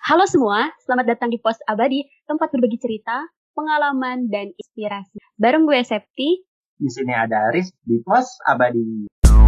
Halo semua, selamat datang di Pos Abadi, tempat berbagi cerita, pengalaman, dan inspirasi. Bareng gue Septi. Di sini ada Aris di Pos Abadi.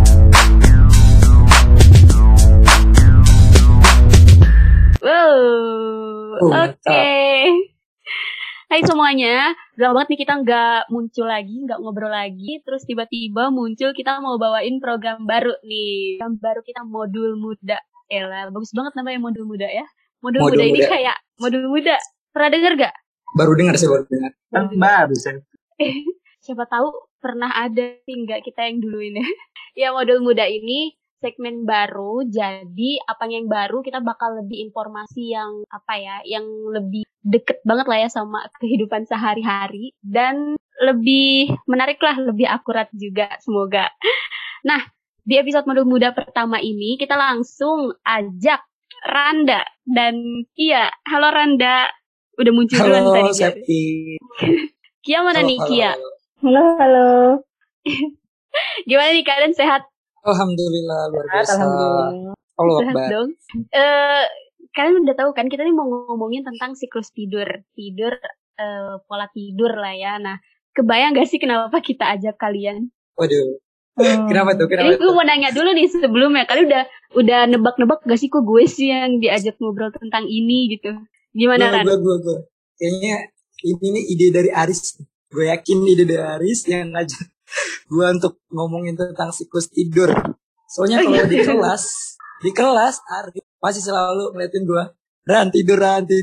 Wow, oke. Hai semuanya, udah banget nih kita nggak muncul lagi, nggak ngobrol lagi, terus tiba-tiba muncul kita mau bawain program baru nih. Program baru kita modul muda. Elah, bagus banget namanya modul muda ya. Modul muda ini kayak modul muda. Pernah denger gak? Baru dengar sih, baru dengar. Baru sih. Siapa tahu pernah ada sih nggak kita yang dulu ini. Ya modul muda ini segmen baru, jadi apanya yang baru kita bakal lebih informasi yang yang lebih deket banget lah ya sama kehidupan sehari-hari dan lebih menarik lah, lebih akurat juga semoga. Nah, di episode modul muda pertama ini kita langsung ajak Randa dan Kia. Halo Randa, udah muncul duluan tadi. Halo Septi. Kia mana nih Kia? Halo. Gimana nih kalian, sehat? Alhamdulillah, luar biasa. Alhamdulillah. Sehat dong. Kalian udah tahu kan kita nih mau ngomongin tentang siklus tidur, pola tidur lah ya. Nah, kebayang gak sih kenapa kita ajak kalian? Waduh. Kenapa tuh? Ini gue mau nanya dulu nih sebelumnya. Kalian udah nebak-nebak gak sih kok gue sih yang diajak ngobrol tentang ini gitu? Gimana Ran? Gue. Kayaknya ini nih ide dari Aris. Gue yakin ide dari Aris yang ngajak gue untuk ngomongin tentang siklus tidur. Soalnya kalau di kelas Aris masih selalu ngeliatin gue, Ran tidur.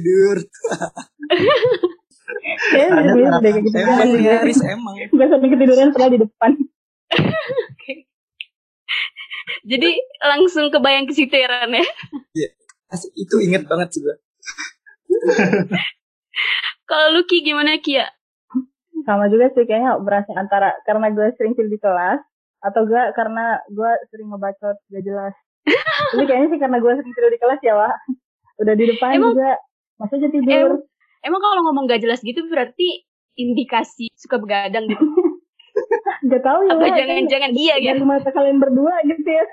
Aris emang. Gue sampai ketiduran pernah di depan. Jadi langsung kebayang ke situ ya Ran ya? Iya, itu inget banget sih gue. Kalau lu Ki gimana Ki ya? Sama juga sih kayaknya berasa antara karena gue sering tidur di kelas atau gue karena gue sering ngebacot gak jelas. Jadi kayaknya sih karena gue sering tidur di kelas ya Wak. Udah di depan juga masa aja tidur. Emang kalau ngomong gak jelas gitu berarti indikasi suka begadang gitu? Gak tahu ya. Apa jangan-jangan iya ya? Dari mata kalian berdua gitu ya.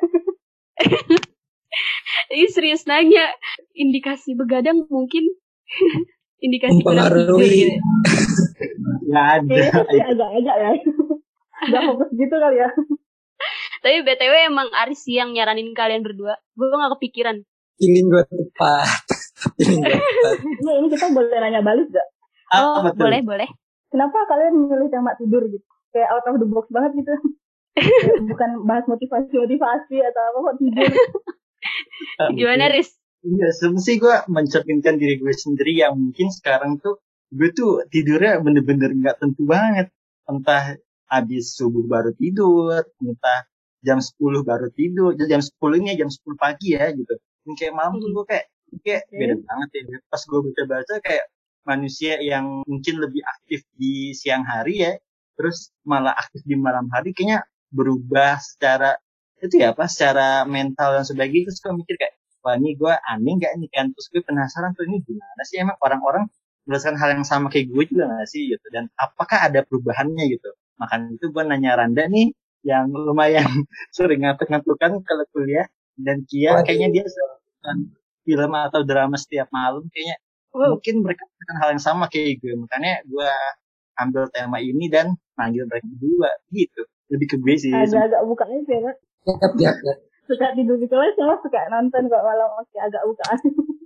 Ini serius nanya, indikasi begadang mungkin indikasi kurang tidur gitu. Gak ada. Agak-agak ya. Gak fokus gitu kali ya. Tapi BTW emang Aris yang nyaranin kalian berdua. Gue gak kepikiran. Ini gue tepat. Ini kita boleh nanya balik gak? Oh boleh. Kenapa kalian milih tema tidur gitu? Kayak out of the box banget gitu. Bukan bahas motivasi atau apa kok tidur. Gimana Riz? Iya, sebenarnya gue mencerminkan diri gue sendiri yang mungkin sekarang tuh gue tuh tidurnya bener-bener gak tentu banget. Entah habis subuh baru tidur, entah jam 10 baru tidur, jam 10-nya jam 10 pagi ya gitu. Dan kayak malam tuh gue kayak beda banget ya. Pas gue baca-baca kayak manusia yang mungkin lebih aktif di siang hari ya, terus malah aktif di malam hari kayaknya berubah secara mental dan sebagainya. Terus gue mikir kayak, wah ini gue aneh gak nih kan? Terus gue penasaran tuh ini gimana sih emang orang-orang merasakan hal yang sama kayak gue juga gak sih gitu, dan apakah ada perubahannya gitu. Makanya itu gue nanya Randa nih yang lumayan sering ngantuk-ngantukan kalau kuliah, dan Kia kayaknya dia film atau drama setiap malam kayaknya. Mungkin mereka melakukan hal yang sama kayak gue, makanya gue ambil tema ini dan manggil mereka berdua gitu. Lebih ke gue sih. Agak bukaan sih ya. Ya. Suka tidur di kelas sama suka nonton kok malam agak bukaan.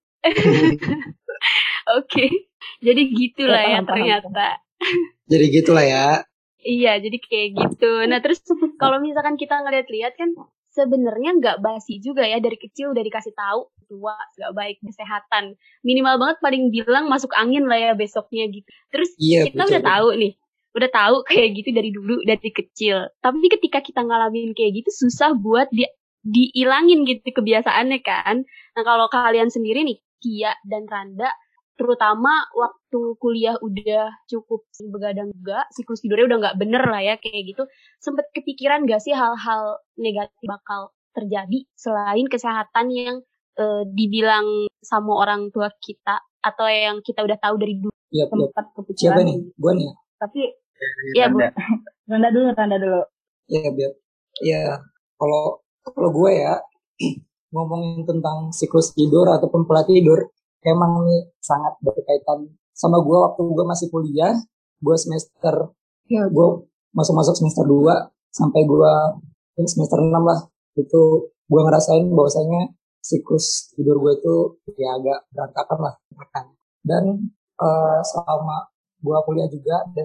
Oke. Jadi gitulah ya ternyata. Jadi gitulah ya. Iya, jadi kayak gitu. Nah terus kalau misalkan kita ngeliat-liat kan sebenarnya nggak basi juga ya, dari kecil udah dikasih tahu tua nggak baik kesehatan, minimal banget paling bilang masuk angin lah ya besoknya gitu. Terus kita udah tahu kayak gitu dari dulu, dari kecil. Tapi ketika kita ngalamin kayak gitu susah buat diilangin gitu kebiasaannya kan. Nah kalau kalian sendiri nih Kia dan Randa, terutama waktu kuliah udah cukup begadang juga, siklus tidurnya udah nggak bener lah ya kayak gitu, sempet kepikiran gak sih hal-hal negatif bakal terjadi selain kesehatan yang dibilang sama orang tua kita atau yang kita udah tahu dari dulu? Sempat kepikiran. Siapa nih? Gue nih. Tapi ya Bu. Randa dulu. Ya kalau gue ya ngomongin tentang siklus tidur ataupun pola tidur, emang nih sangat berkaitan sama gue waktu gue masih kuliah. Gue gue masuk semester 2 sampai gue semester 6 lah. Itu gue ngerasain bahwasanya siklus tidur gue itu ya agak berantakan lah. Dan selama gue kuliah juga dan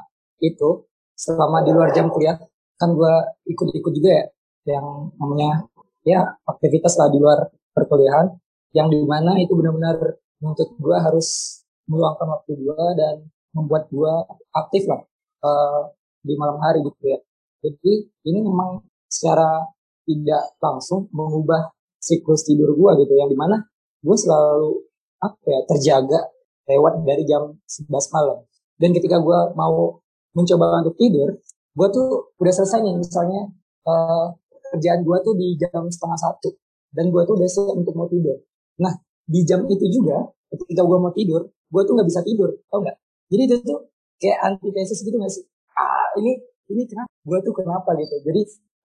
selama di luar jam kuliah kan gue ikut juga ya yang namanya ya aktivitas lah di luar perkuliahan, yang dimana itu benar-benar menuntut gue harus meluangkan waktu gue dan membuat gue aktif lah di malam hari gitu ya. Jadi ini memang secara tidak langsung mengubah siklus tidur gue gitu, yang dimana gue selalu terjaga lewat dari jam 11 malam. Dan ketika gue mau mencoba untuk tidur, gue tuh udah selesai nih misalnya kerjaan gue tuh di jam 12:30 dan gue tuh udah siap untuk mau tidur. Nah di jam itu juga ketika gue mau tidur, gue tuh nggak bisa tidur, tau nggak? Jadi itu tuh kayak antitesis gitu nggak sih? Ini kenapa? Gue tuh kenapa gitu? Jadi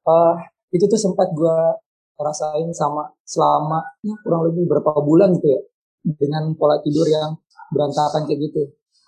itu tuh sempat gue rasain selama kurang lebih berapa bulan gitu ya, dengan pola tidur yang berantakan kayak gitu.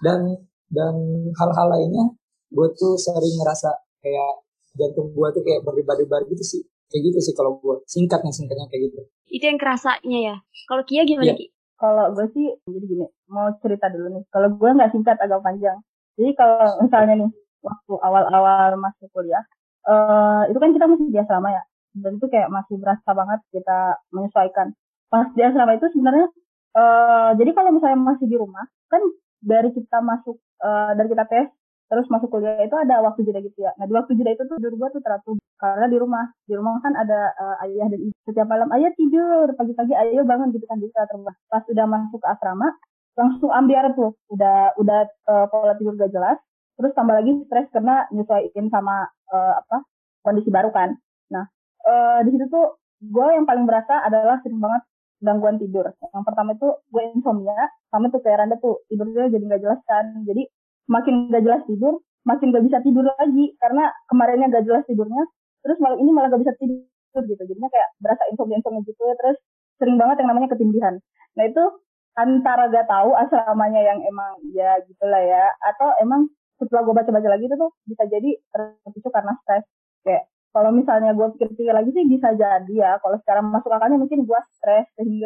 Dan hal-hal lainnya, gue tuh sering ngerasa kayak jantung gue tuh kayak berdebar-debar gitu sih. Kayak gitu sih kalau gue singkatnya kayak gitu. Itu yang kerasanya ya. Kalau Kia gimana Ki? Kalau gue sih jadi gini, mau cerita dulu nih. Kalau gue nggak singkat, agak panjang. Jadi kalau misalnya nih waktu awal-awal masuk kuliah, itu kan kita masih di asrama ya, dan itu kayak masih berasa banget kita menyesuaikan. Pas di asrama itu sebenarnya, jadi kalau misalnya masih di rumah, kan dari kita masuk, dari kita tes, terus masuk kuliah itu ada waktu jeda gitu ya. Nah di waktu jeda itu tuh tidur gue tuh teratur karena di rumah kan ada ayah dan ibu. Setiap malam ayah tidur, pagi-pagi ayah bangun gitu kan, bisa terbang. Pas sudah masuk ke asrama langsung ambiar tuh, udah pola tidur gak jelas, terus tambah lagi stres karena nyesuaiin sama kondisi baru kan. Nah di situ tuh gue yang paling berasa adalah sering banget gangguan tidur. Yang pertama itu gue insomnia, sama tuh kayak Randa tuh tidurnya jadi gak jelas kan. Jadi makin gak jelas tidur, makin gak bisa tidur lagi karena kemarinnya gak jelas tidurnya, terus malah gak bisa tidur gitu. Jadinya kayak berasa insomnia gitu, terus sering banget yang namanya ketindihan. Nah itu antara gak tahu asramanya yang emang ya gitulah ya, atau emang setelah gue baca-baca lagi itu tuh bisa jadi terpicu karena stres. Kayak kalau misalnya gue pikir-pikir lagi sih bisa jadi ya, kalau secara masuk akalnya mungkin gue stres sehingga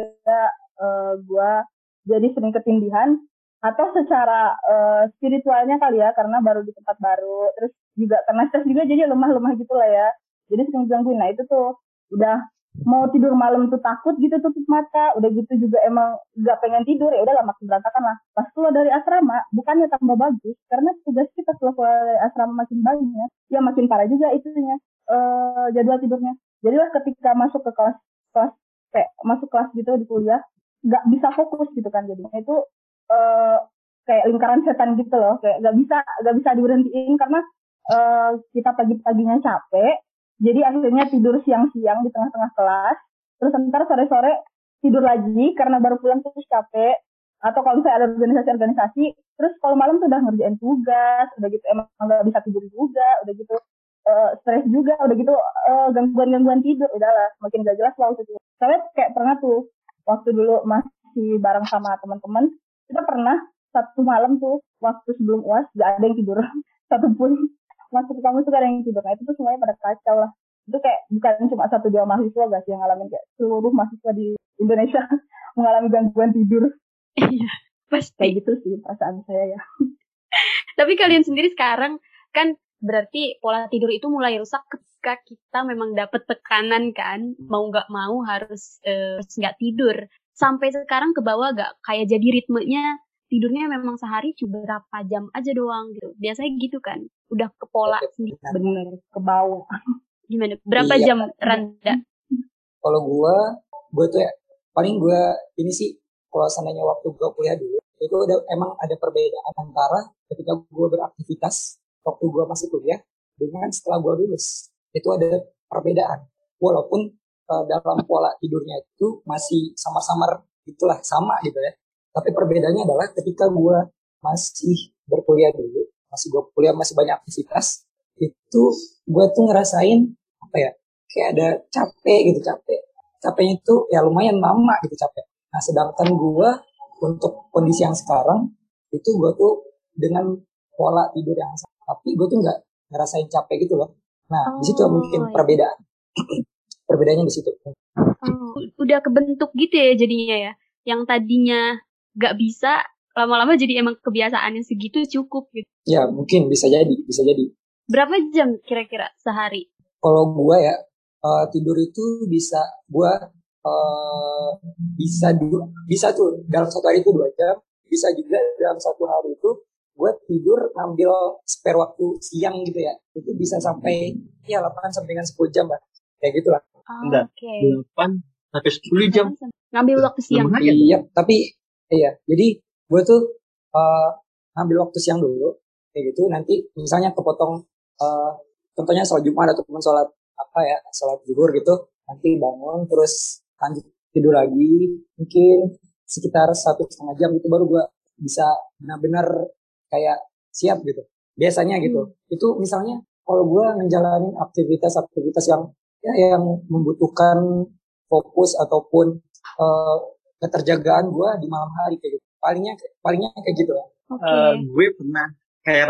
gue jadi sering ketindihan, atau secara spiritualnya kali ya, karena baru di tempat baru, terus juga karena stres juga jadi lemah gitu lah ya, jadi sering gangguin. Nah itu tuh udah mau tidur malam tuh takut gitu tutup mata, udah gitu juga emang gak pengen tidur, ya udahlah makin berantakan lah. Pas keluar dari asrama bukannya tambah bagus, karena tugas kita setelah keluar dari asrama makin banyak, ya makin parah juga itunya jadwal tidurnya. Jadilah ketika masuk ke kelas kayak masuk kelas gitu di kuliah gak bisa fokus gitu kan, jadinya itu kayak lingkaran setan gitu loh, kayak gak bisa diberhentiin karena kita pagi-paginya capek, jadi akhirnya tidur siang-siang di tengah-tengah kelas, terus ntar sore-sore tidur lagi karena baru pulang terus capek, atau kalau misalnya ada organisasi, terus kalau malam tuh udah ngerjain tugas, udah gitu emang gak bisa tidur juga, udah gitu stres juga, udah gitu gangguan tidur, udahlah makin gak jelas lah itu. Soalnya kayak pernah tuh waktu dulu masih bareng sama teman-teman, kita pernah satu malam tuh waktu sebelum UAS gak ada yang tidur satupun, masuk ke kampus tuh gak ada yang tidur. Nah itu tuh semuanya pada kacau lah. Itu kayak bukan cuma 1-2 mahasiswa gak sih yang ngalamin, kayak seluruh mahasiswa di Indonesia mengalami gangguan tidur. Iya pasti kayak gitu sih perasaan saya ya. Tapi kalian sendiri sekarang kan berarti pola tidur itu mulai rusak ketika kita memang dapat tekanan kan, mau nggak mau harus nggak tidur. Sampai sekarang ke bawah gak kayak jadi ritmenya tidurnya memang sehari cuma berapa jam aja doang gitu. Biasanya gitu kan, udah ke pola sendiri. Bener, ke bawah. Gimana? Berapa jam Randa? Kalau gue tuh ya paling gue ini sih, kalau seandainya waktu gue kuliah dulu itu emang ada perbedaan antara ketika gue beraktivitas waktu gue masih kuliah dengan setelah gue lulus. Itu ada perbedaan, walaupun dalam pola tidurnya itu masih sama-sama gitulah, sama gitu ya. Tapi perbedaannya adalah ketika gue masih berkuliah dulu, masih banyak aktivitas, itu gue tuh ngerasain kayak ada capeknya itu ya lumayan lama gitu capek. Nah sedangkan gue untuk kondisi yang sekarang itu gue tuh dengan pola tidur yang sama, tapi gue tuh nggak ngerasain capek gitu loh. Nah di situ mungkin perbedaan. Perbedaannya di situ. Udah kebentuk gitu ya jadinya ya. Yang tadinya nggak bisa, lama-lama jadi emang kebiasaannya segitu cukup gitu. Ya mungkin bisa jadi. Berapa jam kira-kira sehari? Kalau gue ya tidur itu bisa gue bisa tuh dalam satu hari itu 2 jam, bisa juga dalam satu hari itu gue tidur ngambil spare waktu siang gitu ya, itu bisa sampai ya 8 sampai dengan 10 jam lah, kayak gitulah. Oke. 8 sampai 10 jam ngambil waktu siang. Iya, tapi jadi gue tuh ngambil waktu siang dulu kayak gitu, nanti misalnya kepotong contohnya sholat Jumat ataupun sholat zuhur gitu, nanti bangun terus lanjut tidur lagi mungkin sekitar 1,5 jam itu baru gue bisa benar-benar kayak siap gitu biasanya gitu. Itu misalnya kalau gue ngejalanin aktivitas yang membutuhkan fokus ataupun keterjagaan gue di malam hari kayak gitu, palingnya kayak gitu lah. Gue pernah kayak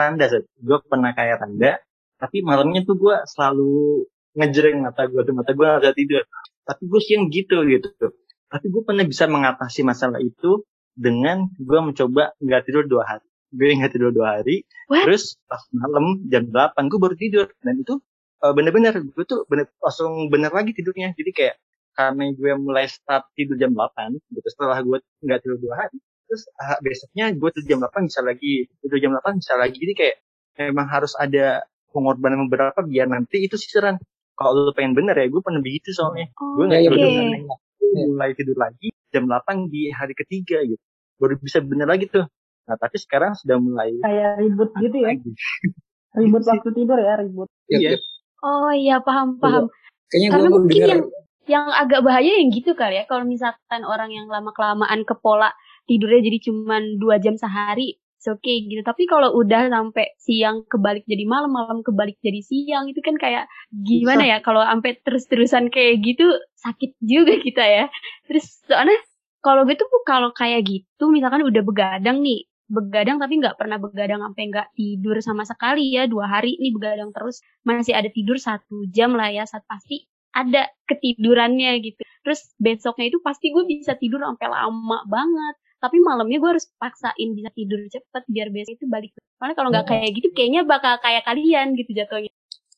Randa, tapi malamnya tuh gue selalu ngejreng mata gue nggak bisa tidur. Tapi gue siang gitu. Tapi gue pernah bisa mengatasi masalah itu dengan gue mencoba nggak tidur 2 hari. Gue nggak tidur 2 hari. What? Terus pas malam jam 8 gue baru tidur. Dan itu bener-bener gue tuh langsung bener lagi tidurnya. Jadi kayak karena gue mulai start tidur jam 8 gitu, setelah gue nggak tidur 2 hari, terus besoknya gue tidur jam 8 bisa lagi. Jadi kayak memang harus ada pengorbanan beberapa biar nanti itu sisaran. Kalau lu pengen bener ya, gue pernah begitu soalnya. Gue nggak mulai tidur lagi jam 8 di hari ketiga gitu, baru bisa bener lagi tuh. Nah tapi sekarang sudah mulai kayak ribut gitu ya. Ribut waktu tidur ya, ribut. Iya. Oh iya, paham. Kayaknya karena mungkin yang agak bahaya yang gitu kali ya. Kalau misalkan orang yang lama-kelamaan ke pola tidurnya jadi cuman 2 jam sehari, oke gitu. Tapi kalau udah sampai siang kebalik jadi malam, malam kebalik jadi siang, itu kan kayak gimana ya? Kalau sampai terus-terusan kayak gitu sakit juga kita ya. Terus soalnya kalau gitu kalau kayak gitu, misalkan udah begadang tapi nggak pernah begadang sampai nggak tidur sama sekali ya, 2 hari nih begadang terus, masih ada tidur 1 jam lah ya, pasti ada ketidurannya gitu. Terus besoknya itu pasti gue bisa tidur sampai lama banget. Tapi malamnya gue harus paksain bisa tidur cepet biar besok itu balik. Karena kalau nggak kayak gitu, kayaknya bakal kayak kalian gitu jatuhnya.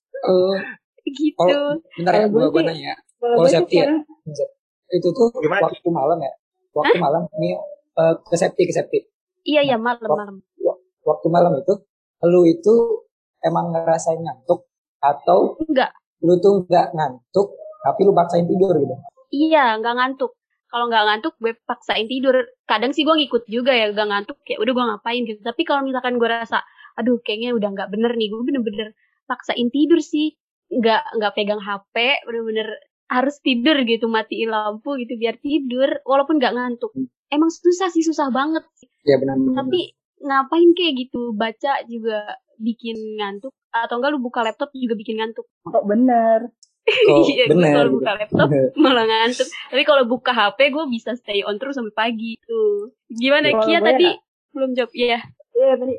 Gitu. Bentar ya, gue nanya. Kalau Septi ya, itu tuh waktu malam ya. Waktu malam ini ke Septi. Iya malam. Waktu malam itu, lu itu emang ngerasain ngantuk atau enggak? Lu tuh nggak ngantuk, tapi lu paksain tidur gitu? Iya, nggak ngantuk. Kalau nggak ngantuk, gue paksain tidur. Kadang sih gue ngikut juga ya, nggak ngantuk, kayak udah gue ngapain gitu. Tapi kalau misalkan gue rasa, aduh kayaknya udah nggak bener nih, gue bener-bener paksain tidur sih. Nggak pegang HP, bener-bener harus tidur gitu, matiin lampu gitu biar tidur, walaupun nggak ngantuk. Emang susah banget. Ya benar. Tapi ngapain kayak gitu, baca juga bikin ngantuk, atau enggak lu buka laptop juga bikin ngantuk. Kok bener? Iya, gue kalau buka laptop malah ngantuk. Tapi kalau buka HP gue bisa stay on terus sampai pagi tuh. Gimana Kia tadi? Belum jawab. Iya tadi.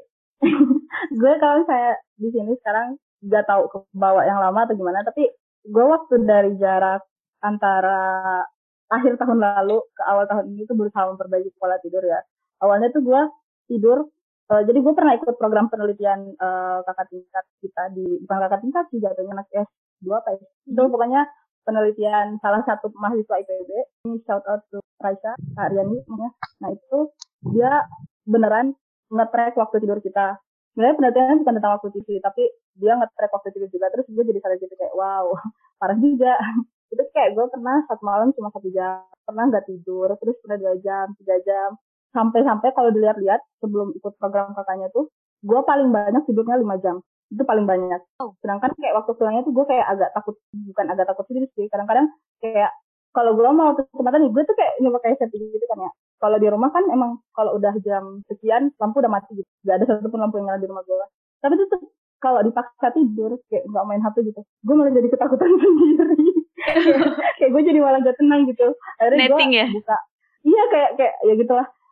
Gue kalau saya di sini sekarang nggak tahu ke bawah yang lama atau gimana, tapi gue waktu dari jarak antara akhir tahun lalu ke awal tahun ini tuh berusaha memperbaiki pola tidur ya. Awalnya tuh gue tidur, jadi gue pernah ikut program penelitian kakak tingkat kita bukan kakak tingkat sih jatuhnya, anak S2 apa ya. Itu pokoknya penelitian salah satu mahasiswa IPB, ini shout out to Raisa, Kak Riani namanya. Nah itu dia beneran nge-track waktu tidur kita. Sebenarnya penelitiannya bukan tentang waktu tidur, tapi dia nge-track waktu tidur juga. Terus gue jadi sadar gitu kayak wow, parah juga. Itu kayak gue pernah satu malam cuma 1 jam, pernah nggak tidur, terus pernah 2 jam, 3 jam. Sampai kalau dilihat-lihat sebelum ikut program kakaknya tuh, gue paling banyak tidurnya 5 jam. Itu paling banyak. Sedangkan kayak waktu pulangnya tuh gue kayak bukan agak takut tidur sih. Kadang-kadang kayak kalau gue mau kesempatan nih, gue tuh kayak nyoba kayak setting gitu kan ya. Kalau di rumah kan emang kalau udah jam sekian lampu udah mati gitu. Gak ada satupun lampu yang nyala di rumah gue. Tapi tuh kalau dipaksa tidur kayak nggak main HP gitu, gue malah jadi ketakutan sendiri. Kayak gue jadi malah gak tenang gitu. Akhirnya gue buka. Iya kayak ya gitulah.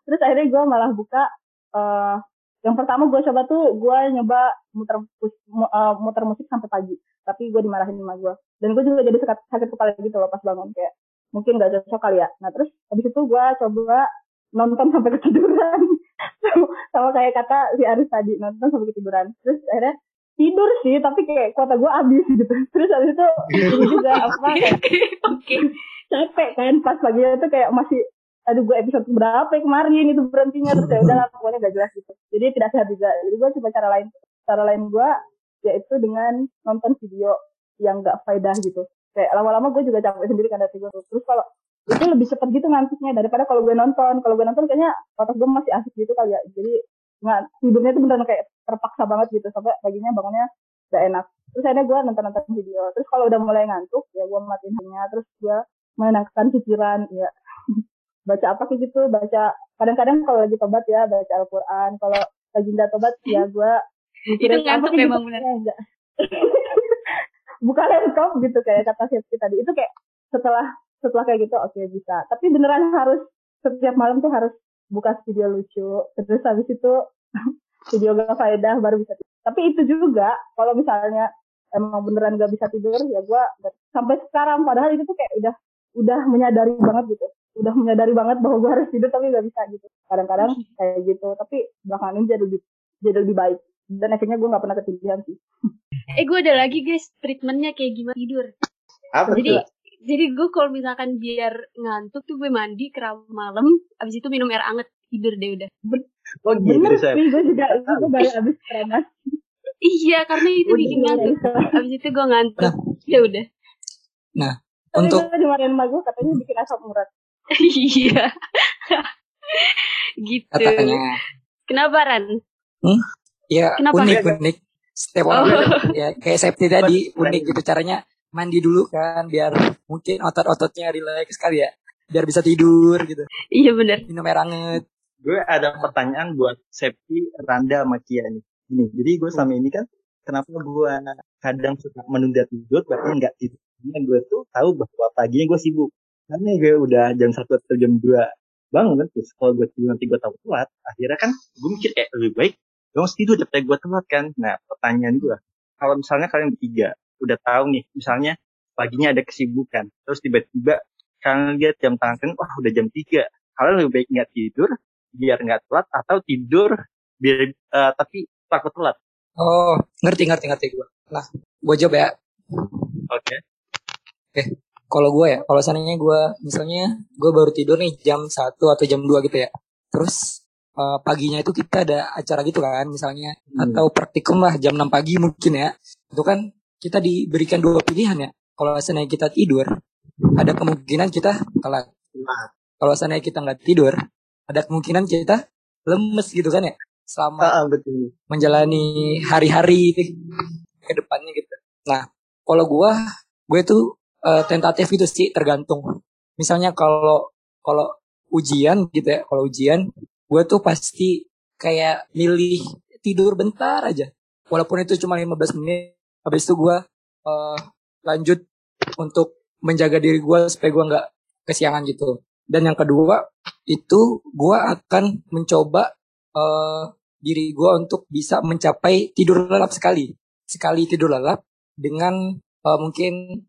Terus akhirnya gue malah buka yang pertama gue coba tuh gue nyoba muter musik sampai pagi, tapi gue dimarahin sama gue, dan gue juga jadi sakit kepala gitu loh pas bangun, kayak mungkin gak cocok kali ya. Nah terus habis itu gue coba nonton sampai ketiduran sama kayak kata si Aris tadi, nonton sampai ketiduran. Terus akhirnya tidur sih, tapi kayak kuota gue habis gitu. Terus habis itu ini juga kayak capek kan, pas paginya tuh kayak masih aduh gue episode berapa kemarin itu berhentinya, terus ya udahlah pokoknya gak jelas gitu. Jadi tidak sehat juga. Jadi gue coba cara lain gue yaitu dengan nonton video yang gak faedah gitu. Kayak lama-lama gue juga capek sendiri kan dari gue. Terus kalau itu lebih cepat gitu ngantuknya daripada kalau gue nonton. Kalau gue nonton kayaknya otak gue masih asik gitu kali ya. Jadi nggak, tidurnya tuh beneran kayak terpaksa banget gitu sampai paginya bangunnya gak enak. Terus akhirnya gue nonton video. Terus kalau udah mulai ngantuk ya gue matiin handphonenya, terus gue menenangkan pikiran ya. Baca apa kayak gitu, baca kadang-kadang kalau lagi tobat ya baca Al-Quran, kalau lagi nggak tobat ya gue itu ngantuk memang gitu, benar buka laptop gitu kayak kata Septi tadi. Itu kayak setelah kayak gitu oke, bisa, tapi beneran harus setiap malam tuh harus buka video lucu, terus habis itu video gak faedah baru bisa tidur. Tapi itu juga kalau misalnya emang beneran gak bisa tidur ya gue sampai sekarang, padahal itu tuh kayak udah menyadari banget gitu, udah menyadari banget bahwa gue harus tidur tapi gak bisa gitu. Kadang-kadang kayak gitu, tapi belakangan ini jadi lebih baik, dan efeknya gue gak pernah ketiduran sih. Gue ada lagi guys, treatmentnya kayak gimana tidur. Apa Jadi gue kalau misalkan biar ngantuk tuh gue mandi keramas malam, abis itu minum air anget, tidur deh udah. Oh gitu sih, gue juga baru abis keramas. Iya, karena itu bikin ngantuk. Abis itu gue ngantuk, ya udah. Nah, tapi untuk gue dimarahin sama gue katanya bikin asam urat. Iya. Gitu. katanya, Kenapa Ran? ya Kenapa? unik. Setiap orang ya kayak Septi tadi unik gitu caranya. Mandi dulu kan biar mungkin otot-ototnya relax sekali ya, biar bisa tidur gitu. Iya benar. Minum air anget. Gue ada pertanyaan buat Septi, Randa, sama Kia nih. Ini, jadi gue selama ini kan kenapa gue kadang suka menunda tidur bahkan nggak tidur, karena gue tuh tahu bahwa paginya gue sibuk, karena gue udah jam 1 atau jam 2 bangun kan. Terus kalau gue tidur nanti gue tahu telat, akhirnya kan gue mikir kayak lebih baik gue harus tidur daripada gue telat kan. Nah pertanyaan gue, kalau misalnya kalian bertiga udah tahu nih, misalnya paginya ada kesibukan, terus tiba-tiba kalian lihat jam tangan kan, wah udah jam 3, kalian lebih baik nggak tidur biar nggak telat, atau tidur biar tapi takut telat? Oh, ngerti gue. Nah, gue jawab ya. Oke. Kalau gue ya, kalau seandainya gue misalnya gue baru tidur nih jam 1 atau jam 2 gitu ya. Terus paginya itu kita ada acara gitu kan misalnya, atau praktikum lah jam 6 pagi mungkin ya. Itu kan kita diberikan 2 pilihan ya. Kalau seandainya kita tidur, ada kemungkinan kita telat. Kalau seandainya kita nggak tidur, ada kemungkinan kita lemes gitu kan ya, selama Betul. menjalani hari-hari ke depannya gitu. Nah, kalau gue tuh tentatif gitu sih, tergantung. Misalnya kalau ujian gitu ya, kalau ujian gue tuh pasti kayak milih tidur bentar aja, walaupun itu cuma 15 menit. Habis itu gue lanjut untuk menjaga diri gue supaya gue nggak kesiangan gitu. Dan yang kedua itu gue akan mencoba diri gue untuk bisa mencapai tidur lelap sekali tidur lelap dengan mungkin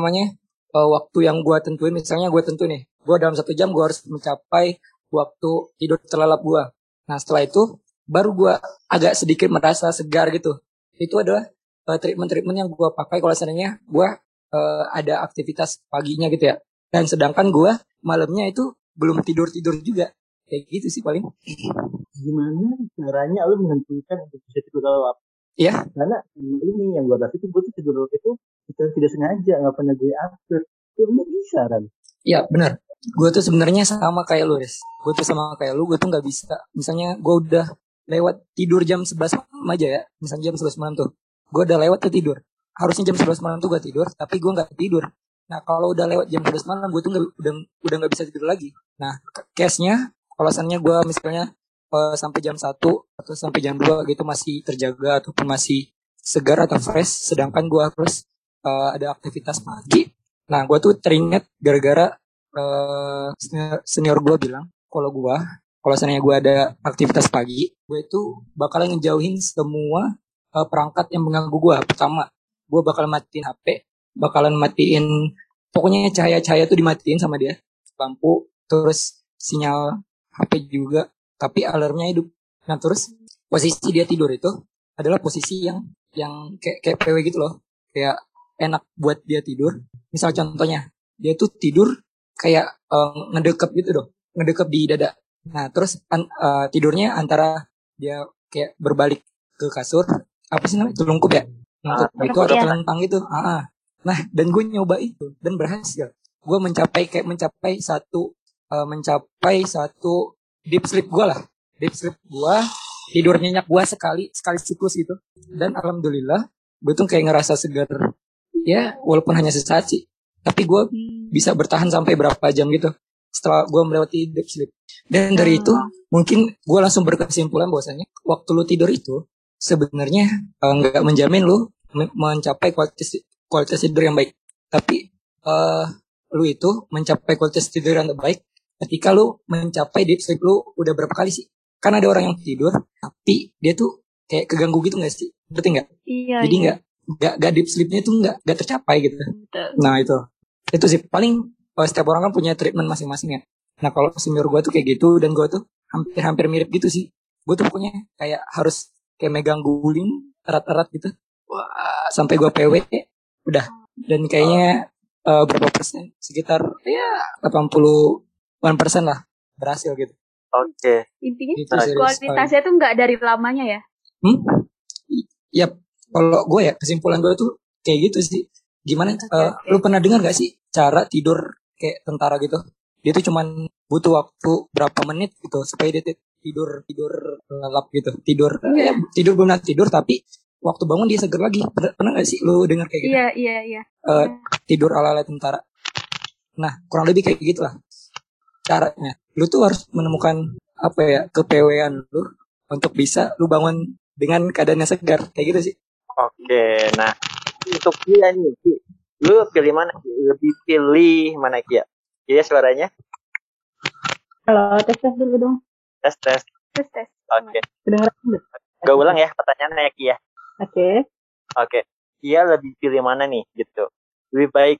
waktu yang gue tentuin. Misalnya gue tentu nih, gue dalam 1 jam gue harus mencapai waktu tidur terlelap gue. Nah setelah itu baru gue agak sedikit merasa segar gitu. Itu adalah treatment yang gue pakai kalau seandainya gue ada aktivitas paginya gitu ya. Dan sedangkan gue malamnya itu belum tidur juga. Kayak gitu sih paling. Gimana caranya lu menentukan untuk bisa tidur lelap? Iya. Karena ini yang gue rasa itu, gue tuh tidur lelap itu kita tidak sengaja, nggak pernah gue atur. Lu bisa kan? Iya benar. Gue tuh sebenarnya sama kayak lu, Riz. Gue tuh sama kayak lu, gue tuh nggak bisa. Misalnya gue udah lewat tidur jam 11 malam aja ya. Misalnya jam 11 malam tuh, gue udah lewat tuh tidur. Harusnya jam 11 malam tuh gue tidur, tapi gue nggak tidur. Nah kalau udah lewat jam 11 malam, gue tuh udah nggak bisa tidur lagi. Nah case-nya, kalau misalnya gue misalnya sampai jam 1 atau sampai jam 2 gitu masih terjaga ataupun masih segar atau fresh, sedangkan gue harus ada aktivitas pagi. Nah gue tuh teringat gara-gara senior gue bilang kalau gue kalau seandainya gue ada aktivitas pagi, gue itu bakalan ngejauhin semua perangkat yang mengganggu gue. Pertama, gue bakal matiin HP, bakalan matiin, pokoknya cahaya-cahaya tuh dimatiin sama dia, lampu, terus sinyal HP juga, tapi alarmnya hidup. Nah terus posisi dia tidur itu adalah posisi yang kayak PW gitu loh, kayak enak buat dia tidur. Misal contohnya dia tuh tidur kayak ngedekep gitu dong, ngedekep di dada. Nah terus tidurnya antara dia kayak berbalik ke kasur, apa sih namanya, telungkup ya, telungkup gitu atau telentang gitu. Nah dan gue nyoba itu dan berhasil. Gue mencapai satu deep sleep gue lah. Deep sleep gue, tidur nyenyak gue sekali siklus gitu. Dan alhamdulillah gue tuh kayak ngerasa segar. Ya walaupun hanya sesaat sih, tapi gue bisa bertahan sampai berapa jam gitu setelah gue melewati deep sleep. Dan dari itu mungkin gue langsung berkesimpulan bahwasanya waktu lu tidur itu sebenarnya nggak menjamin lu mencapai kualitas tidur yang baik. Tapi lu itu mencapai kualitas tidur yang terbaik ketika lu mencapai deep sleep lu udah berapa kali sih? Kan ada orang yang tidur tapi dia tuh kayak keganggu gitu nggak sih? Ngerti nggak? Iya. Jadi nggak deep sleepnya tuh nggak tercapai gitu. Betul. Nah itu sih paling setiap orang kan punya treatment masing-masing ya. Nah kalau senior gue tuh kayak gitu dan gue tuh hampir mirip gitu sih. Gue tuh pokoknya kayak harus kayak megang guling erat-erat gitu. Wah, sampai gue PW udah. Dan kayaknya berapa persen? Sekitar ya 80% lah berhasil gitu. Oke. Intinya Gitu, kualitasnya tuh nggak dari lamanya ya? Yap. Kalau gue ya kesimpulan gue tuh kayak gitu sih. Gimana? Lu pernah dengar gak sih cara tidur kayak tentara gitu? Dia tuh cuman butuh waktu berapa menit gitu supaya dia tidur lelap gitu. Tidur benar tidur tapi waktu bangun dia seger lagi. Pernah gak sih lu dengar kayak gitu? Iya. Tidur ala-ala tentara. Nah kurang lebih kayak gitulah caranya. Lu tuh harus menemukan kepewean lu untuk bisa lu bangun dengan keadaannya segar kayak gitu sih. Oke, nah untuk dia nih, Ki, lu pilih mana? Lebih pilih mana, Ki ya? Iya suaranya? Halo, tes dulu dong. Tes. Oke. Kedengeran nggak? Gue ulang ya pertanyaannya ya, Ki ya. Oke. Kia lebih pilih mana nih gitu? Lebih baik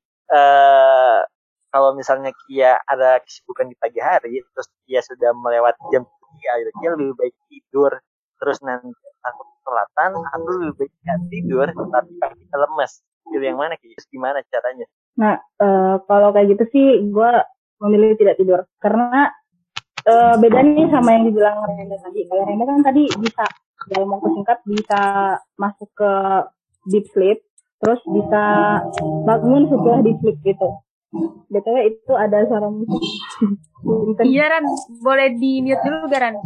kalau misalnya Kia ada kesibukan di pagi hari, terus Kia sudah melewati jam Kia, Kia lebih baik tidur terus nanti takut kelatan, atau lebih baik nggak tidur tapi kita lemes. Pilih yang mana Kia? Terus gimana caranya? Nah, kalau kayak gitu sih gue memilih tidak tidur karena beda nih sama yang dibilang Renda tadi. Kalau Renda kan tadi bisa dalam waktu singkat bisa masuk ke deep sleep, terus bisa bangun setelah deep sleep gitu. BTW itu ada suara musik. Iya Ran, boleh di mute dulu gak Ran?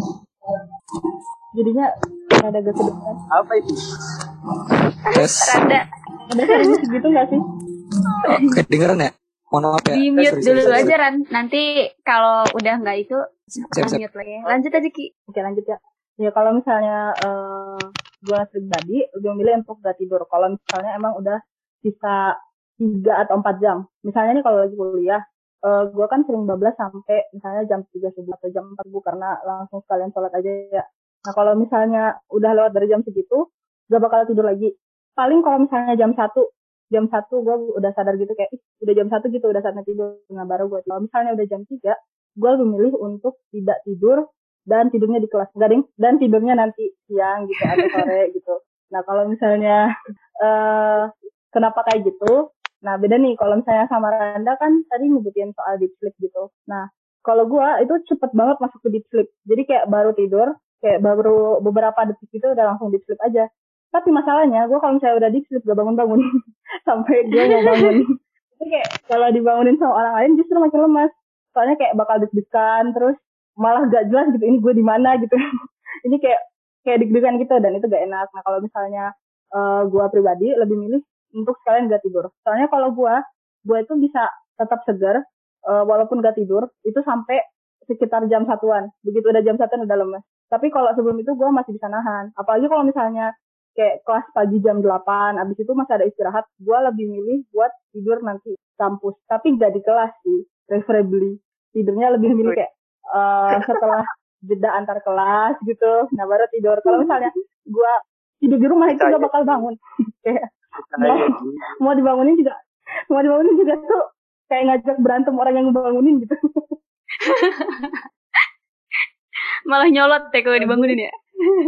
Jadinya ada agak kedengeran. Apa itu? Rada. Ada suara musik gitu nggak sih? Kedengeran ya? Mohon maaf ya. Di mute dulu aja Ran. Nanti kalau udah nggak itu Siap. mute lagi. Lanjut aja Ki. Oke lanjut ya. Ya kalau misalnya gue pribadi lebih memilih untuk gak tidur. Kalau misalnya emang udah bisa 3 atau 4 jam. Misalnya nih kalau lagi kuliah, gue kan sering bablas sampai misalnya jam 3 subuh atau jam 4 subuh karena langsung sekalian sholat aja ya. Nah kalau misalnya udah lewat dari jam segitu, gak bakal tidur lagi. Paling kalau misalnya jam 1 gue udah sadar gitu kayak udah jam 1 gitu udah saatnya tidur. Nah baru gue tidur. Kalau misalnya udah jam 3, gue lebih memilih untuk tidak tidur dan tidurnya di kelas garing dan tidurnya nanti siang gitu atau sore gitu. Nah kalau misalnya kenapa kayak gitu? Nah beda nih kalau misalnya sama Randa kan tadi nyebutin soal deep sleep gitu. Nah kalau gue itu cepet banget masuk ke deep sleep. Jadi kayak baru tidur, kayak baru beberapa detik itu udah langsung deep sleep aja. Tapi masalahnya gue kalau misalnya udah deep sleep gak bangun-bangun sampai gue mau bangun. Itu kayak kalau dibangunin sama orang lain justru makin lemas. Soalnya kayak bakal deg-degan terus malah gak jelas gitu ini gue di mana gitu. Ini kayak deg-degan gitu dan itu gak enak. Nah kalau misalnya gue pribadi lebih milih untuk sekalian gak tidur. Soalnya kalau gue itu bisa tetap segar walaupun gak tidur itu sampai sekitar jam 1-an. Begitu udah jam 1-an udah lemes. Tapi kalau sebelum itu gue masih bisa nahan. Apalagi kalau misalnya kayak kelas pagi jam 8, abis itu masih ada istirahat, gue lebih milih buat tidur nanti kampus. Tapi gak di kelas sih, preferably. Tidurnya lebih milih kayak setelah jeda antar kelas gitu. Nah baru tidur. Kalau misalnya gue tidur di rumah itu gak bakal bangun. Kayak mau dibangunin juga tuh kayak ngajak berantem orang yang bangunin gitu. Malah nyolot deh kalau dibangunin ya.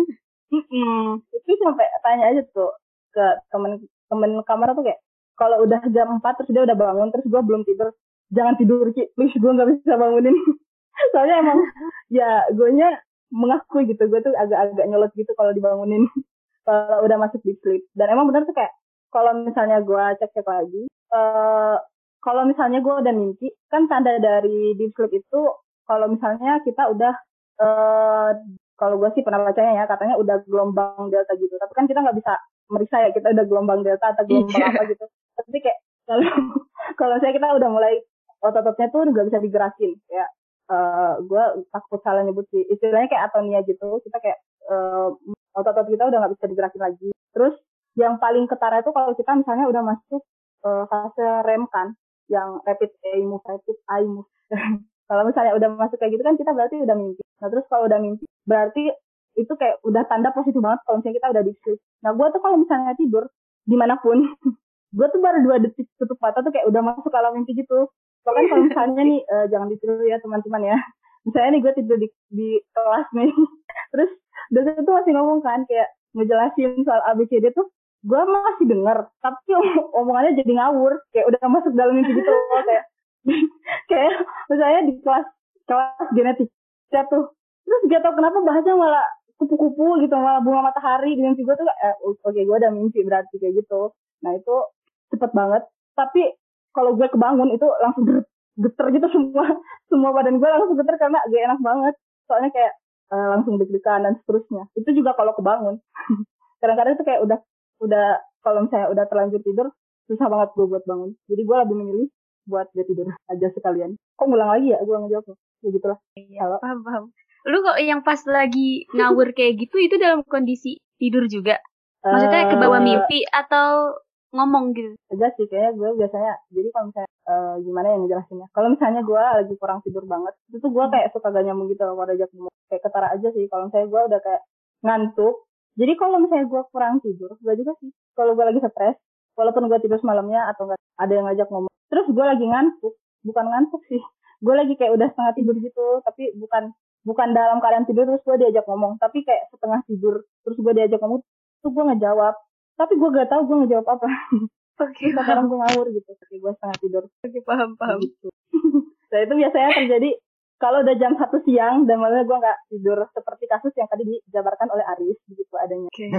Itu sampai tanya aja tuh ke temen kamar tuh kayak kalau udah jam 4 terus dia udah bangun terus gue belum tidur, jangan tidur Ki, please, gue nggak bisa bangunin. Soalnya emang ya gue nya mengakui gitu, gue tuh agak-agak nyolot gitu kalau dibangunin kalau udah masuk deep sleep. Dan emang benar tuh kayak kalau misalnya gue cek lagi, kalau misalnya gue udah mimpi, kan tanda dari deep sleep itu kalau misalnya kita udah kalau gue sih pernah bacanya ya, katanya udah gelombang delta gitu. Tapi kan kita nggak bisa meriksa ya kita udah gelombang delta atau gelombang apa gitu. Tapi kayak kalau saya kita udah mulai otot-ototnya tuh nggak bisa digerakin. Kayak gue takut salah nyebut sih. Istilahnya kayak atonia gitu. Kita kayak otot-otot kita udah nggak bisa digerakin lagi. Terus yang paling ketara itu kalau kita misalnya udah masuk fase REM kan, yang rapid eye move. Kalau misalnya udah masuk kayak gitu kan kita berarti udah mimpi. Nah terus kalau udah mimpi berarti itu kayak udah tanda positif banget kalau misalnya kita udah deep sleep. Nah gue tuh kalau misalnya tidur dimanapun, gue tuh baru 2 detik tutup mata tuh kayak udah masuk alam mimpi gitu. Soalnya kalau misalnya nih jangan ditiru ya teman-teman ya. Misalnya nih gue tidur di kelas nih, terus dosen tuh masih ngomong kan kayak ngejelasin soal ABCD tuh, gue masih denger, tapi omongannya jadi ngawur, kayak udah masuk dalam mimpi gitu loh, kayak misalnya di kelas genetika tuh, terus gak tau kenapa bahasnya malah kupu-kupu gitu, malah bunga matahari di mimpi gue tuh oke, gue udah mimpi berarti kayak gitu. Nah itu cepet banget, tapi kalau gue kebangun itu langsung geter gitu, semua badan gue langsung geter karena gak enak banget, soalnya kayak langsung deg-degan dan seterusnya. Itu juga kalau kebangun. Kadang-kadang itu kayak udah kalau misalnya udah terlanjur tidur susah banget gue buat bangun. Jadi gue lebih memilih buat dia tidur aja sekalian. Kok ngulang lagi ya gue ngejawabnya? Ya gitulah. Iya, paham. Lu kok yang pas lagi ngawur kayak gitu itu dalam kondisi tidur juga? Maksudnya ke bawah mimpi atau ngomong gitu? Aja sih kayaknya gue biasanya. Jadi kalau misalnya gimana yang ngejelasinnya? Kalau misalnya gue lagi kurang tidur banget, itu tuh gue kayak suka gak nyambung gitu kalau ajak ngomong. Kayak ketara aja sih. Kalau misalnya gue udah kayak ngantuk. Jadi kalau misalnya gue kurang tidur, gue juga sih. Kalau gue lagi stres, walaupun gue tidur semalamnya atau nggak ada yang ngajak ngomong, terus gue lagi bukan ngantuk sih, gue lagi kayak udah setengah tidur gitu, tapi bukan dalam keadaan tidur terus gue diajak ngomong, tapi kayak setengah tidur terus gue diajak ngomong, tuh gue ngejawab, tapi gue gak tahu gue ngejawab apa. Oke, sekarang gue ngawur gitu, tapi gue setengah tidur. Oke, paham. Gitu. Nah itu biasanya terjadi kalau udah jam 1 siang dan malamnya gue nggak tidur, seperti kasus yang tadi dijabarkan oleh Aris, begitu adanya. Okay.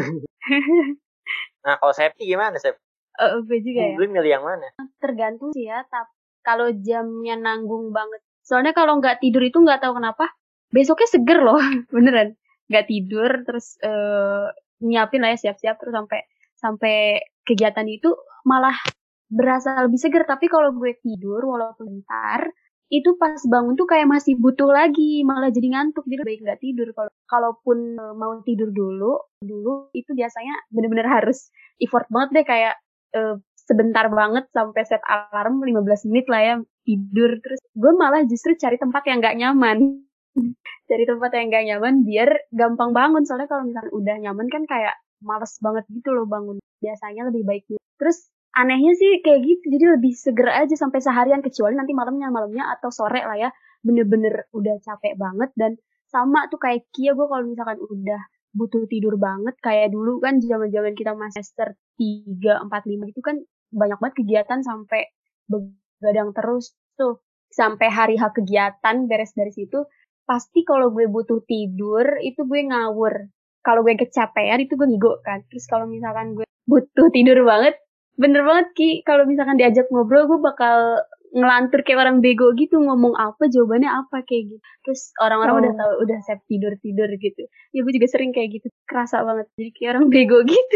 Nah, kalau Septi gimana, Sep? Gue juga ya. Gue milih yang mana? Tergantung sih ya, tapi kalau jamnya nanggung banget. Soalnya kalau nggak tidur itu nggak tahu kenapa, besoknya seger loh, beneran. Nggak tidur, terus nyiapin lah ya, siap-siap, terus sampai kegiatan itu malah berasa lebih seger. Tapi kalau gue tidur, walaupun bentar, itu pas bangun tuh kayak masih butuh lagi, malah jadi ngantuk, jadi baik nggak tidur. Kalaupun mau tidur dulu itu biasanya bener-bener harus effort banget deh, kayak sebentar banget sampai set alarm 15 menit lah ya tidur. Terus gue malah justru cari tempat yang nggak nyaman, cari tempat yang nggak nyaman biar gampang bangun. Soalnya kalau misalnya udah nyaman kan kayak males banget gitu loh bangun. Biasanya lebih baik gitu. Terus anehnya sih kayak gitu, jadi lebih seger aja sampai seharian, kecuali nanti malamnya atau sore lah ya, bener-bener udah capek banget. Dan sama tuh kayak Kia, gue kalau misalkan udah butuh tidur banget, kayak dulu kan zaman-zaman kita semester 3, 4, 5 gitu kan banyak banget kegiatan sampai begadang terus tuh, sampai hari H kegiatan beres dari situ, pasti kalau gue butuh tidur itu gue ngawur. Kalau gue kecapean itu gue ngigo kan. Terus kalau misalkan gue butuh tidur banget, bener banget Ki, kalau misalkan diajak ngobrol gue bakal ngelantur kayak orang bego gitu, ngomong apa jawabannya apa kayak gitu. Terus orang-orang udah tahu, udah siap tidur gitu. Ya gue juga sering kayak gitu, kerasa banget jadi kayak orang bego gitu.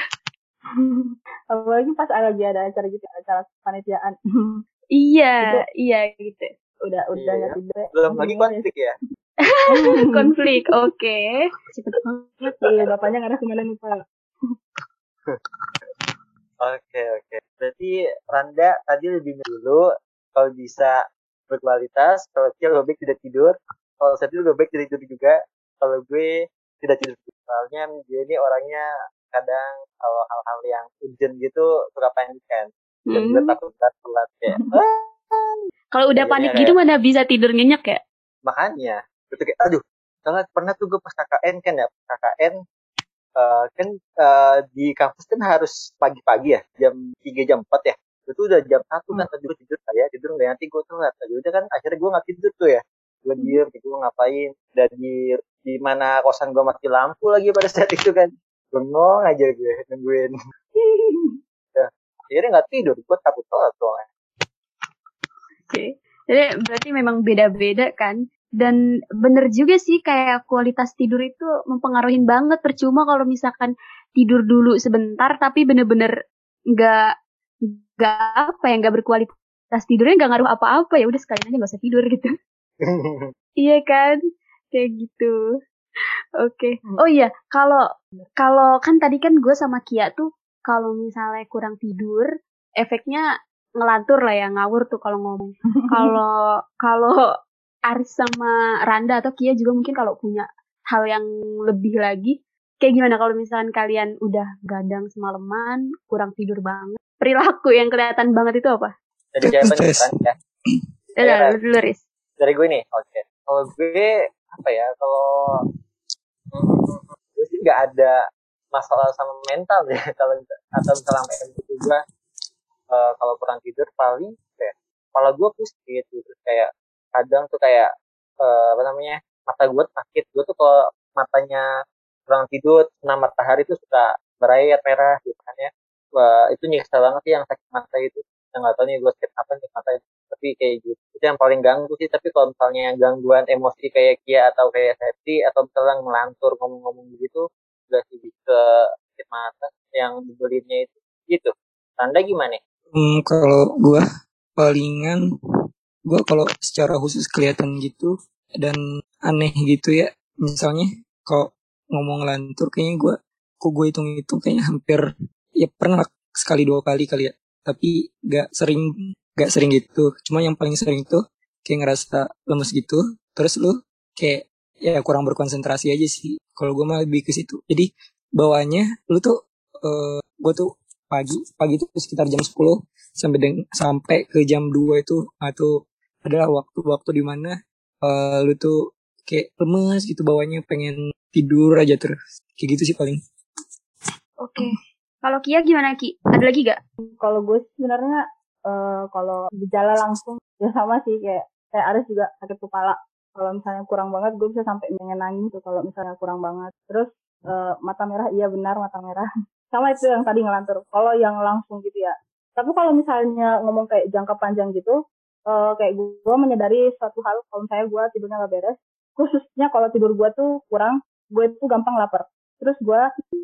Apalagi pas lagi ada acara gitu, acara panitiaan. Iya gitu. Udah nggak tidur. Belum lagi konflik ya. Konflik, oke. Cepet banget. Iya, bapaknya nggak ada kemana nih Pak. Oke. Berarti Randa tadi lebih dulu kalau bisa berkualitas, kalau Kia lebih tidak tidur. Kalau Septi lebih baik tidur juga. Kalau gue tidak tidur. Soalnya dia ini orangnya kadang kalau hal-hal yang urgent gitu suka panik kan. Dan gue takut telat kayak. Kalau udah panik gitu mana bisa tidur nyenyak ya? Makanya itu kayak aduh. Soalnya pernah tuh gue pas KKN kan ya. KKN kan di kampus kan harus pagi-pagi ya. Jam 3 jam 4 ya. Itu udah jam 1 kan tidur saya tidur nggak nanti gue telat. Jadi udah kan akhirnya gue nggak tidur tuh ya. Gue diem, gue ngapain. Dan di mana kosan gue mati lampu lagi pada saat itu kan. Bengong aja gue nungguin. Ya, akhirnya nggak tidur. Gue takut telat soalnya. Oke. Jadi berarti memang beda-beda kan. Dan bener juga sih kayak kualitas tidur itu mempengaruhi banget. Percuma kalau misalkan tidur dulu sebentar tapi bener-bener nggak nggak berkualitas tidurnya nggak ngaruh apa-apa, ya udah sekalian aja nggak usah tidur gitu. Iya kan, kayak gitu. Oke. Oh iya, kalau kan tadi kan gue sama Kia tuh kalau misalnya kurang tidur efeknya ngelantur lah ya, ngawur tuh kalau ngomong. Kalau Aris sama Randa atau Kia juga mungkin kalau punya hal yang lebih lagi, kayak gimana kalau misalkan kalian udah gadang semalaman, kurang tidur banget, perilaku yang kelihatan banget itu apa? Jadi kayak apa nih kan ya? Dulu Riz. Dari gue nih, oke. Kalau gue apa ya? Kalau gue sih nggak ada masalah sama mental ya. Kalau atau misalnya mental gue kalau kurang tidur paling kayak kepala gue pusing gitu. Terus kayak kadang tuh kayak apa namanya mata gue sakit. Gue tuh kalau matanya kurang tidur kena matahari tuh suka berayat merah gitu kan ya. Wah, itu nyiksa banget sih yang sakit mata itu. Yang nggak tahu nih gue sakit apa nih mata itu. Tapi kayak gitu. Itu yang paling ganggu sih. Tapi kalau misalnya yang gangguan emosi kayak Kia atau kayak Septi atau misalnya ngelantur ngomong-ngomong gitu, udah sih bisa sakit mata yang dibelinnya itu. Gitu. Anda gimana? Kalau gue palingan gue kalau secara khusus kelihatan gitu dan aneh gitu ya, misalnya kalau ngomong lantur kayaknya gue hitung-hitung kayaknya hampir ya pernah sekali 2 kali kali ya, tapi gak sering gitu. Cuma yang paling sering tuh kayak ngerasa lemes gitu, terus lu kayak ya kurang berkonsentrasi aja sih. Kalau gue mah lebih ke situ. Jadi bawaannya lu tuh gue tuh pagi itu sekitar jam 10 sampai ke jam 2 itu atau adalah waktu-waktu di mana lu tuh kayak lemes gitu bawahnya, pengen tidur aja terus. Kayak gitu sih paling. Oke. Kalau Kia gimana Ki? Ada lagi gak? Kalau gue sebenarnya kalau gejala langsung ya sama sih kayak Aris juga sakit kepala. Kalau misalnya kurang banget gue bisa sampai pengen nangis tuh kalau misalnya kurang banget. Terus mata merah, iya benar mata merah. Sama itu yang tadi ngelantur. Kalau yang langsung gitu ya. Tapi kalau misalnya ngomong kayak jangka panjang gitu, kayak gue menyadari suatu hal kalau misalnya gue tidurnya gak beres, khususnya kalau tidur gue tuh kurang, gue tuh gampang lapar. Terus gue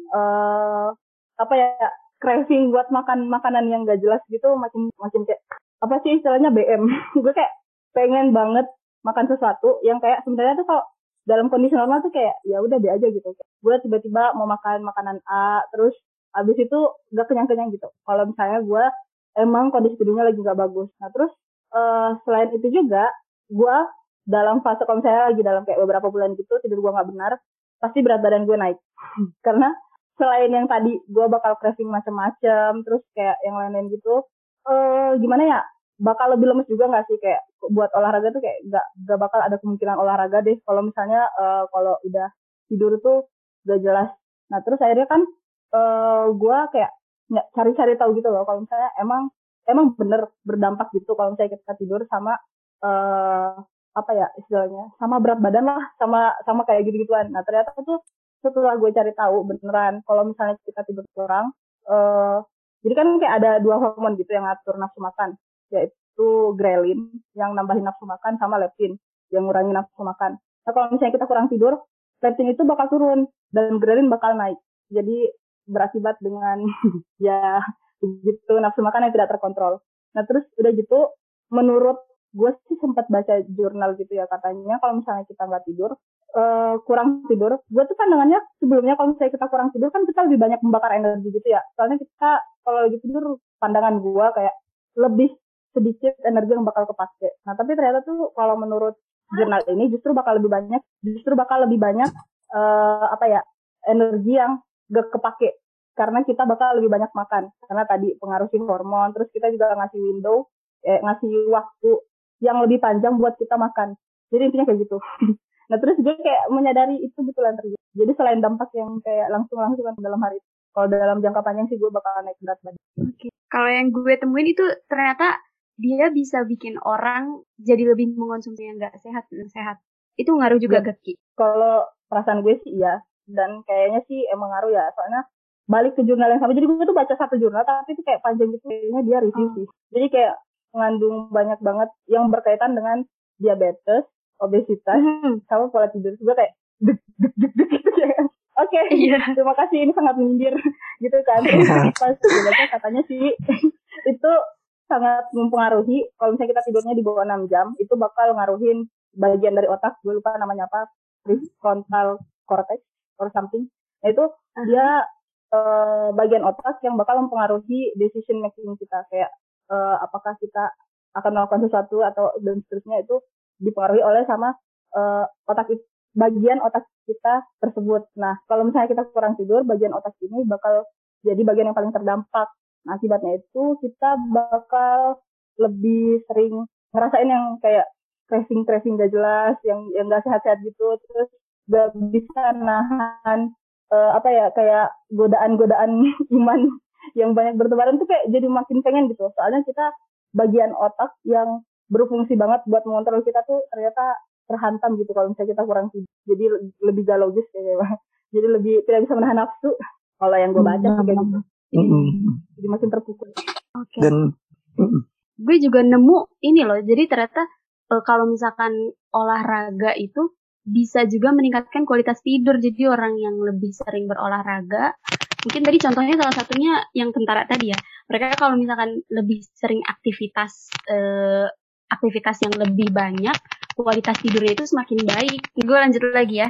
apa ya, craving buat makan makanan yang gak jelas gitu, makin kayak apa sih istilahnya BM. Gue kayak pengen banget makan sesuatu yang kayak sebenarnya tuh kalau dalam kondisi normal tuh kayak ya udah deh aja gitu. Gue tiba-tiba mau makan makanan A, terus abis itu gak kenyang-kenyang gitu. Kalau misalnya gue emang kondisi tidurnya lagi gak bagus. Nah terus selain itu juga gue dalam fase kalau misalnya lagi dalam kayak beberapa bulan gitu tidur gue gak benar, pasti berat badan gue naik. Karena selain yang tadi gue bakal craving macam-macam, terus kayak yang lain-lain gitu, gimana ya, bakal lebih lemes juga nggak sih, kayak buat olahraga tuh kayak nggak bakal ada kemungkinan olahraga deh kalau misalnya kalau udah tidur tuh gak jelas. Nah terus akhirnya kan gue kayak cari-cari tahu gitu loh kalau misalnya emang bener berdampak gitu kalau misalnya kita tidur sama apa ya istilahnya, sama berat badan lah, sama kayak gitu-gituan. Nah ternyata tuh setelah gue cari tahu beneran kalau misalnya kita tidur kurang, jadi kan kayak ada 2 hormon gitu yang ngatur nafsu makan, yaitu ghrelin yang nambahin nafsu makan sama leptin yang ngurangin nafsu makan. Nah kalau misalnya kita kurang tidur, leptin itu bakal turun dan ghrelin bakal naik, jadi berakibat dengan ya gitu nafsu makan yang tidak terkontrol. Nah terus udah gitu, menurut gue sih sempat baca jurnal gitu ya, katanya kalau misalnya kita nggak tidur, kurang tidur, gue tuh pandangannya sebelumnya kalau misalnya kita kurang tidur kan kita lebih banyak membakar energi gitu ya. Soalnya kita kalau lagi tidur, pandangan gue kayak lebih sedikit energi yang bakal kepake. Nah tapi ternyata tuh kalau menurut jurnal ini justru bakal lebih banyak energi yang gak kepake karena kita bakal lebih banyak makan karena tadi pengaruh si hormon, terus kita juga ngasih waktu yang lebih panjang buat kita makan. Jadi intinya kayak gitu. Nah terus gue kayak menyadari itu betulan terjadi. Jadi selain dampak yang kayak langsung kan dalam hari itu, kalau dalam jangka panjang sih gue bakal naik berat badan. Oke. Kalau yang gue temuin itu ternyata dia bisa bikin orang jadi lebih mengonsumsi yang nggak sehat. Itu ngaruh juga Ya. gak, Ki? Kalau perasaan gue sih iya, dan kayaknya sih emang ngaruh ya, soalnya balik ke jurnal yang sama. Jadi gue tuh baca satu jurnal tapi itu kayak panjang gitu, kayaknya dia review sih. Jadi kayak mengandung banyak banget yang berkaitan dengan diabetes, obesitas, sama pola tidur. Gue kayak deg gitu ya. Oke, terima kasih, ini sangat menyindir gitu kan. Terus pas gue baca katanya sih itu sangat mempengaruhi. Kalau misalnya kita tidurnya di bawah 6 jam, itu bakal ngaruhin bagian dari otak, gue lupa namanya apa, prefrontal cortex or something. Nah itu dia bagian otak yang bakal mempengaruhi decision making kita, kayak apakah kita akan melakukan sesuatu atau dan seterusnya, itu dipengaruhi oleh sama bagian otak kita tersebut. Nah kalau misalnya kita kurang tidur, bagian otak ini bakal jadi bagian yang paling terdampak. Nah akibatnya itu kita bakal lebih sering ngerasain yang kayak craving gak jelas, yang gak sehat-sehat gitu, terus gak bisa nahan kayak godaan iman yang banyak bertebaran tuh kayak jadi makin pengen gitu. Soalnya kita bagian otak yang berfungsi banget buat mengontrol kita tuh ternyata terhantam gitu kalau misalnya kita kurang tidur. Jadi lebih galau gitu kayaknya. Jadi lebih tidak bisa menahan nafsu. Kalau yang gue baca sih kayak gitu. Jadi makin terpukul. Oke. Dan gue juga nemu ini loh. Jadi ternyata kalau misalkan olahraga itu bisa juga meningkatkan kualitas tidur. Jadi orang yang lebih sering berolahraga, mungkin tadi contohnya salah satunya yang tentara tadi ya. Mereka kalau misalkan lebih sering aktivitas yang lebih banyak, kualitas tidurnya itu semakin baik. Gue lanjut lagi ya.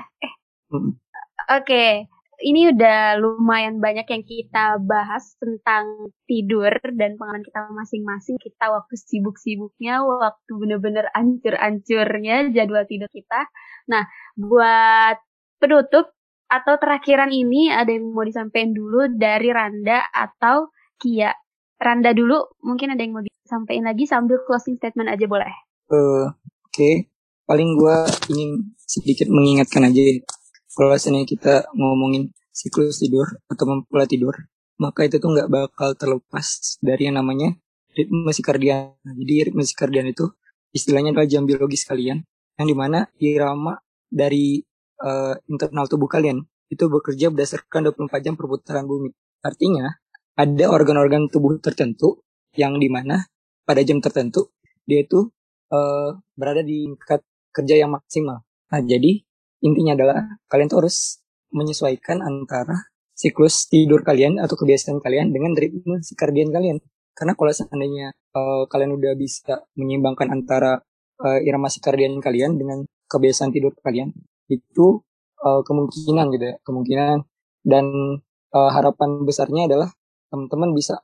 Oke. Ini udah lumayan banyak yang kita bahas tentang tidur dan pengalaman kita masing-masing. Kita waktu sibuk-sibuknya, waktu bener-bener ancur-ancurnya jadwal tidur kita. Nah, buat penutup atau terakhiran ini, ada yang mau disampaikan dulu dari Randa atau Kia? Randa dulu, mungkin ada yang mau disampaikan lagi sambil closing statement aja boleh? Oke. Paling gue ingin sedikit mengingatkan aja, kalau misalnya kita ngomongin siklus tidur atau pola tidur, maka itu tuh nggak bakal terlepas dari yang namanya ritme sirkadian. Jadi ritme sirkadian itu istilahnya adalah jam biologis kalian, yang dimana irama dari internal tubuh kalian itu bekerja berdasarkan 24 jam perputaran bumi. Artinya ada organ-organ tubuh tertentu yang dimana pada jam tertentu dia itu berada di tingkat kerja yang maksimal. Nah jadi intinya adalah kalian tuh harus menyesuaikan antara siklus tidur kalian atau kebiasaan kalian dengan ritme sirkadian kalian. Karena kalau seandainya kalian udah bisa menyeimbangkan antara irama sirkadian kalian dengan kebiasaan tidur kalian, itu kemungkinan dan harapan besarnya adalah teman-teman bisa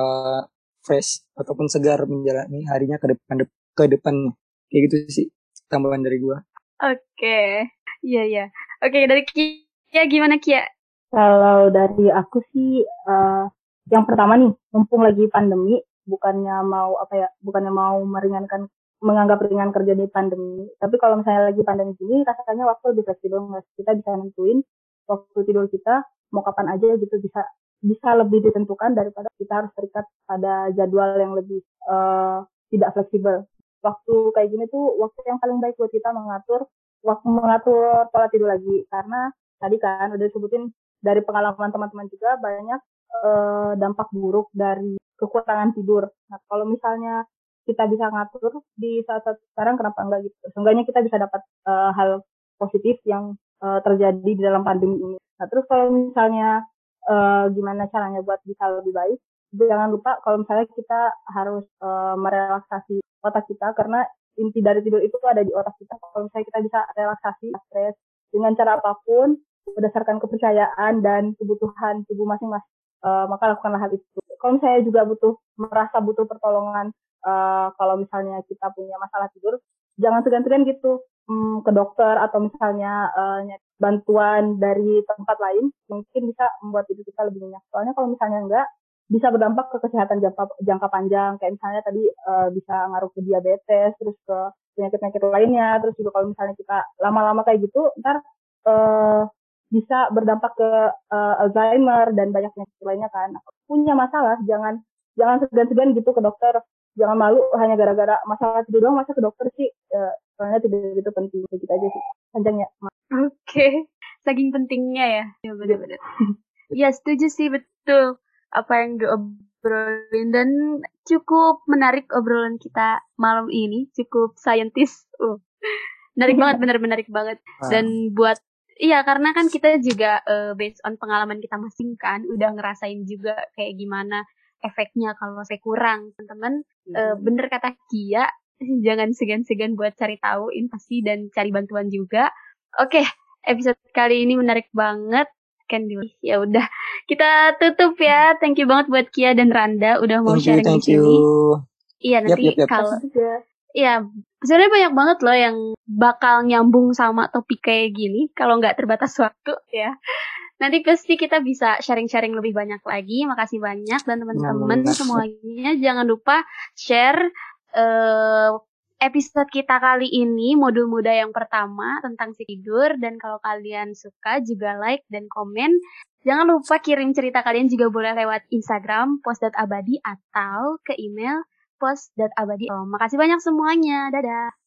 fresh ataupun segar menjalani harinya ke depannya. Kayak gitu sih tambahan dari gua. Oke. Iya. Oke, dari Kia gimana, Kia? Kalau dari aku sih yang pertama nih, mumpung lagi pandemi, bukannya mau menganggap ringan kerja di pandemi, tapi kalau misalnya lagi pandemi gini, rasanya waktu lebih fleksibel, kita bisa nentuin waktu tidur kita mau kapan aja gitu, bisa lebih ditentukan daripada kita harus terikat pada jadwal yang lebih tidak fleksibel. Waktu kayak gini tuh waktu yang paling baik buat kita mengatur pola tidur lagi, karena tadi kan udah disebutin dari pengalaman teman-teman juga banyak dampak buruk dari kekurangan tidur. Nah kalau misalnya kita bisa ngatur di saat-saat sekarang, kenapa enggak gitu? Seenggaknya kita bisa dapat hal positif yang terjadi di dalam pandemi ini. Nah terus kalau misalnya gimana caranya buat bisa lebih baik, jangan lupa kalau misalnya kita harus merelaksasi otak kita, karena inti dari tidur itu ada di otak kita. Kalau misalnya kita bisa relaksasi stres dengan cara apapun berdasarkan kepercayaan dan kebutuhan tubuh masing-masing, maka lakukanlah hal itu. Kalau misalnya juga merasa butuh pertolongan, kalau misalnya kita punya masalah tidur, jangan segan-segan gitu ke dokter atau misalnya nyari bantuan dari tempat lain, mungkin bisa membuat hidup kita lebih nyenyak. Soalnya kalau misalnya enggak, bisa berdampak ke kesehatan jangka panjang. Kayak misalnya tadi bisa ngaruh ke diabetes, terus ke penyakit-penyakit lainnya. Terus juga kalau misalnya kita lama-lama kayak gitu, ntar bisa berdampak ke Alzheimer dan banyak penyakit lainnya kan. Punya masalah, jangan segan-segan gitu ke dokter. Jangan malu hanya gara-gara masalah tidur doang masa ke dokter sih. Soalnya tidur itu penting, gitu aja sih panjangnya. Oke. Saking pentingnya ya. Ya benar-benar. Ya setuju sih, betul apa yang diobrolin, dan cukup menarik obrolan kita malam ini, cukup saintis. Menarik banget, benar menarik banget. Dan buat karena kan kita juga based on pengalaman kita masing kan, udah ngerasain juga kayak gimana efeknya kalau saya kurang, teman-teman. Bener kata Kia, jangan segan-segan buat cari tahu informasi dan cari bantuan juga. Oke, episode kali ini menarik banget. Ya udah, kita tutup ya. Thank you banget buat Kia dan Randa udah mau sharing di sini. Iya, nanti kalau sebenarnya banyak banget loh yang bakal nyambung sama topik kayak gini kalau nggak terbatas waktu ya. Nanti pasti kita bisa sharing-sharing lebih banyak lagi. Makasih banyak, dan teman-teman semuanya jangan lupa share episode kita kali ini, modul muda yang pertama tentang tidur. Dan kalau kalian suka juga like dan komen. Jangan lupa kirim cerita kalian juga boleh lewat Instagram post.abadi atau ke email post.abadi. Makasih banyak semuanya. Dadah.